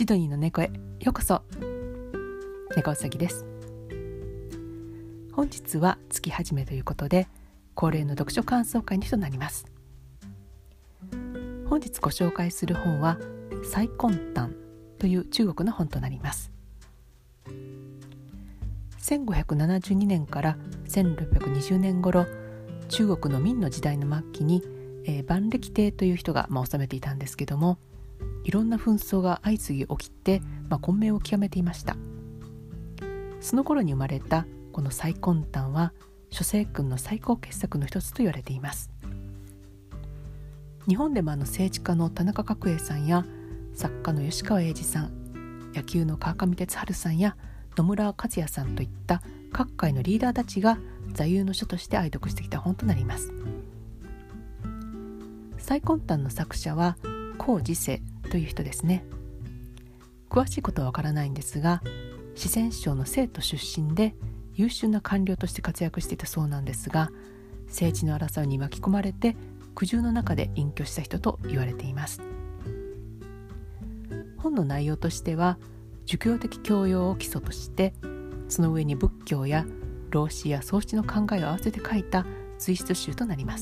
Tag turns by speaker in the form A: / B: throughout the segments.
A: シドニーの猫へようこそ。猫うさぎです。本日は月始めということで恒例の読書感想会にとなります。本日ご紹介する本は蔡根譚という中国の本となります。1572年から1620年頃、中国の明の時代の末期に、万暦帝という人が治めていたんですけども、いろんな紛争が相次ぎ起きて、混迷を極めていました。その頃に生まれたこの蔡根譚は諸聖訓の最高傑作の一つと言われています。日本でも政治家の田中角栄さんや作家の吉川英治さん、野球の川上哲治さんや野村克也さんといった各界のリーダーたちが座右の書として愛読してきた本となります。蔡根譚の作者は孔子世という人ですね。詳しいことはわからないんですが、四川省の成都出身で優秀な官僚として活躍していたそうなんですが、政治の争いに巻き込まれて苦渋の中で隠居した人と言われています。本の内容としては、儒教的教養を基礎として、その上に仏教や老子や荘子の考えを合わせて書いた随筆集となります。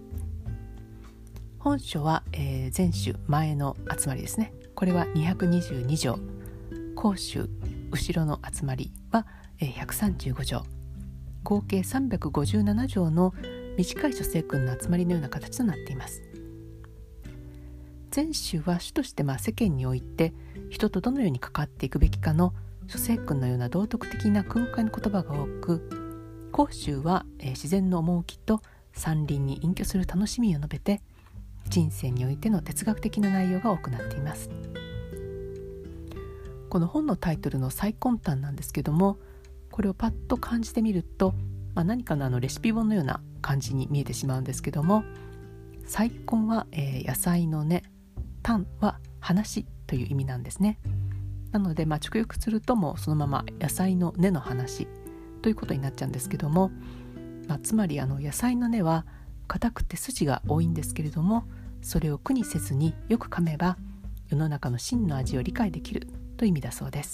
A: 本書は、前集前の集まりですね。これは222条、後集後ろの集まりは、135条、合計357条の短い諸聖訓の集まりのような形となっています。前集は主として世間において人とどのように関わっていくべきかの諸聖訓のような道徳的な空海の言葉が多く、後集は、自然の趣と山林に隠居する楽しみを述べて、人生においての哲学的な内容が多くなっています。この本のタイトルの蔡根譚なんですけども、これをパッと漢字で見ると、何かのレシピ本のような感じに見えてしまうんですけども、蔡根は、野菜の根、譚は話という意味なんですね。なので、直訳するともうそのまま野菜の根の話ということになっちゃうんですけども、つまり野菜の根は硬くて筋が多いんですけれども、それを苦にせずによく噛めば世の中の真の味を理解できるという意味だそうです。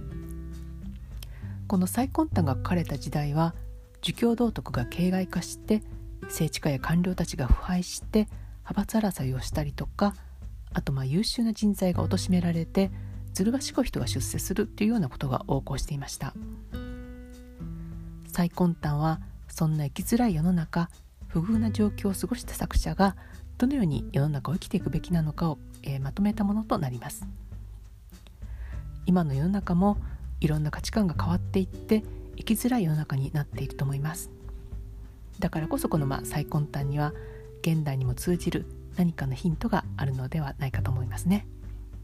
A: この蔡根譚が書かれた時代は、儒教道徳が形骸化して政治家や官僚たちが腐敗して派閥争いをしたりとか、あと優秀な人材が貶められてずる賢い人が出世するというようなことが横行していました。蔡根譚はそんな生きづらい世の中、不遇な状況を過ごした作者がどのように世の中を生きていくべきなのかを、まとめたものとなります。今の世の中もいろんな価値観が変わっていって生きづらい世の中になっていると思います。だからこそこの蔡根譚には現代にも通じる何かのヒントがあるのではないかと思いますね。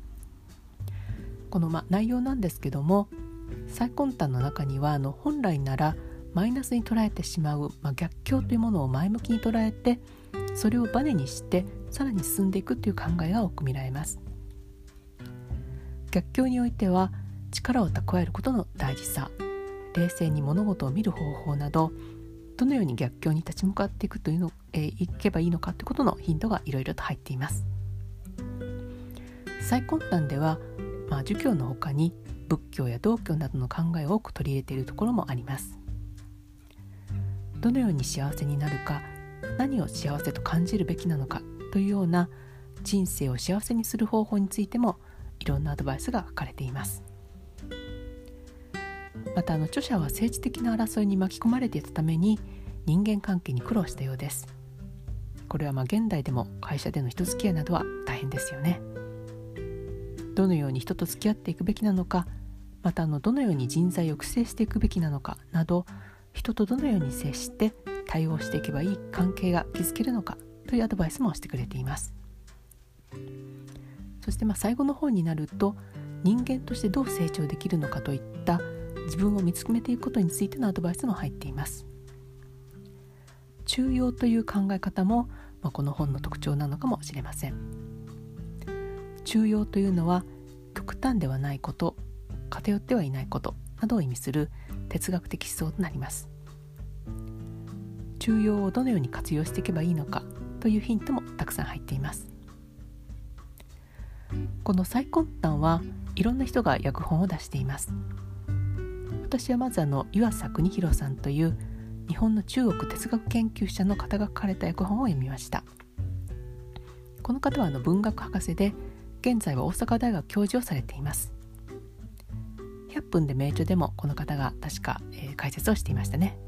A: この内容なんですけども、蔡根譚の中には本来ならマイナスに捉えてしまう、逆境というものを前向きに捉えて、それをバネにしてさらに進んでいくという考えが多く見られます。逆境においては力を蓄えることの大事さ、冷静に物事を見る方法など、どのように逆境に立ち向かっていくというの、いけばいいのかということのヒントがいろいろと入っています。蔡根譚では、儒教の他に仏教や道教などの考えを多く取り入れているところもあります。どのように幸せになるか、何を幸せと感じるべきなのかというような人生を幸せにする方法についてもいろんなアドバイスが書かれています。また著者は政治的な争いに巻き込まれていたために人間関係に苦労したようです。これは現代でも会社での人付き合いなどは大変ですよね。どのように人と付き合っていくべきなのか、またどのように人材を育成していくべきなのかなど、人とどのように接して対応していけばいい関係が築けるのかというアドバイスもしてくれています。そして最後の方になると、人間としてどう成長できるのかといった自分を見つめていくことについてのアドバイスも入っています。中庸という考え方も、この本の特徴なのかもしれません。中庸というのは極端ではないこと、偏ってはいないことなどを意味する哲学的思想となります。中庸をどのように活用していけばいいのかというヒントもたくさん入っています。 この再婚譚はいろんな人が訳本を出しています。私はまず湯浅邦弘さんという日本の中国哲学研究者の方が書かれた訳本を読みました。この方は文学博士で現在は大阪大学教授をされています。100分で名著でもこの方が確か、解説をしていましたね。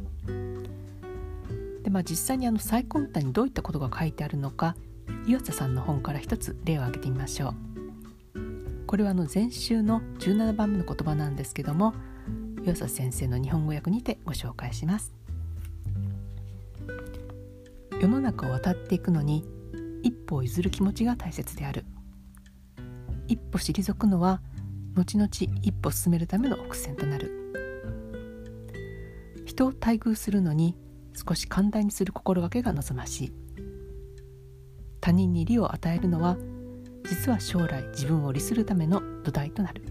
A: で、実際に再婚譚にどういったことが書いてあるのか、湯浅さんの本から一つ例を挙げてみましょう。これは前週の17番目の言葉なんですけども、湯浅先生の日本語訳にてご紹介します。世の中を渡っていくのに一歩を譲る気持ちが大切である。一歩退くのは後々一歩進めるための伏線となる。人を待遇するのに少し寛大にする心がけが望ましい。他人に利を与えるのは実は将来自分を利するための土台となる。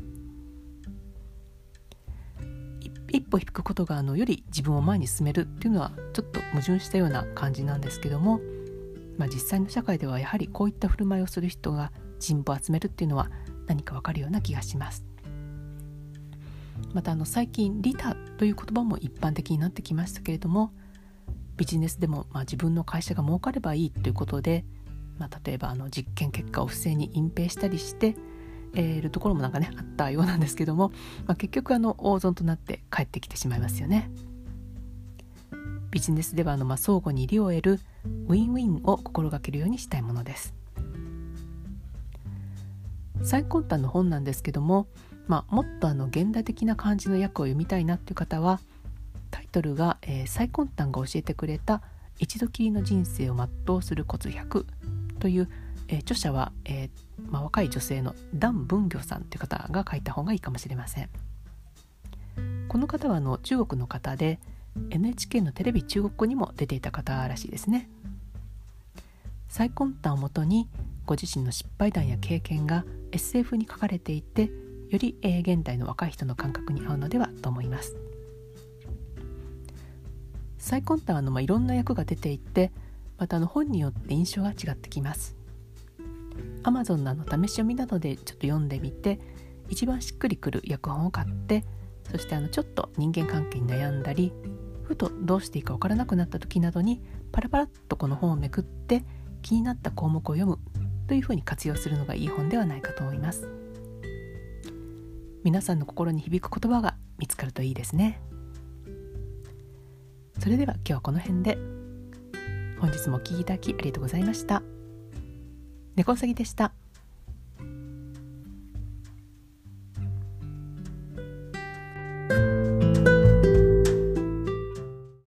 A: 一歩引くことがより自分を前に進めるっていうのはちょっと矛盾したような感じなんですけども、実際の社会ではやはりこういった振る舞いをする人が人望を集めるっていうのは何かわかるような気がします。また最近利他という言葉も一般的になってきましたけれども、ビジネスでも自分の会社が儲かればいいということで、例えば実験結果を不正に隠蔽したりしているところもあったようなんですけども、結局大損となって帰ってきてしまいますよね。ビジネスでは相互に利を得るウィンウィンを心がけるようにしたいものです。再婚譚の本なんですけども、もっと現代的な感じの訳を読みたいなという方は、タイトルが、再婚譚が教えてくれた一度きりの人生を全うするコツ100という、著者は、若い女性のダン・ブンギョさんという方が書いた本がいいかもしれません。この方は中国の方で NHK のテレビ中国語にも出ていた方らしいですね。再婚譚をもとにご自身の失敗談や経験が SF に書かれていて、より現代の若い人の感覚に合うのではと思います。再婚譚はいろんな役が出ていて、また本によって印象が違ってきます。Amazon の試し読みなどでちょっと読んでみて、一番しっくりくる訳本を買って、そしてちょっと人間関係に悩んだり、ふとどうしていいか分からなくなった時などにパラパラっとこの本をめくって気になった項目を読むというふうに活用するのがいい本ではないかと思います。皆さんの心に響く言葉が見つかるといいですね。それでは今日はこの辺で。本日もお聞きいただきありがとうございました。猫うさぎでした。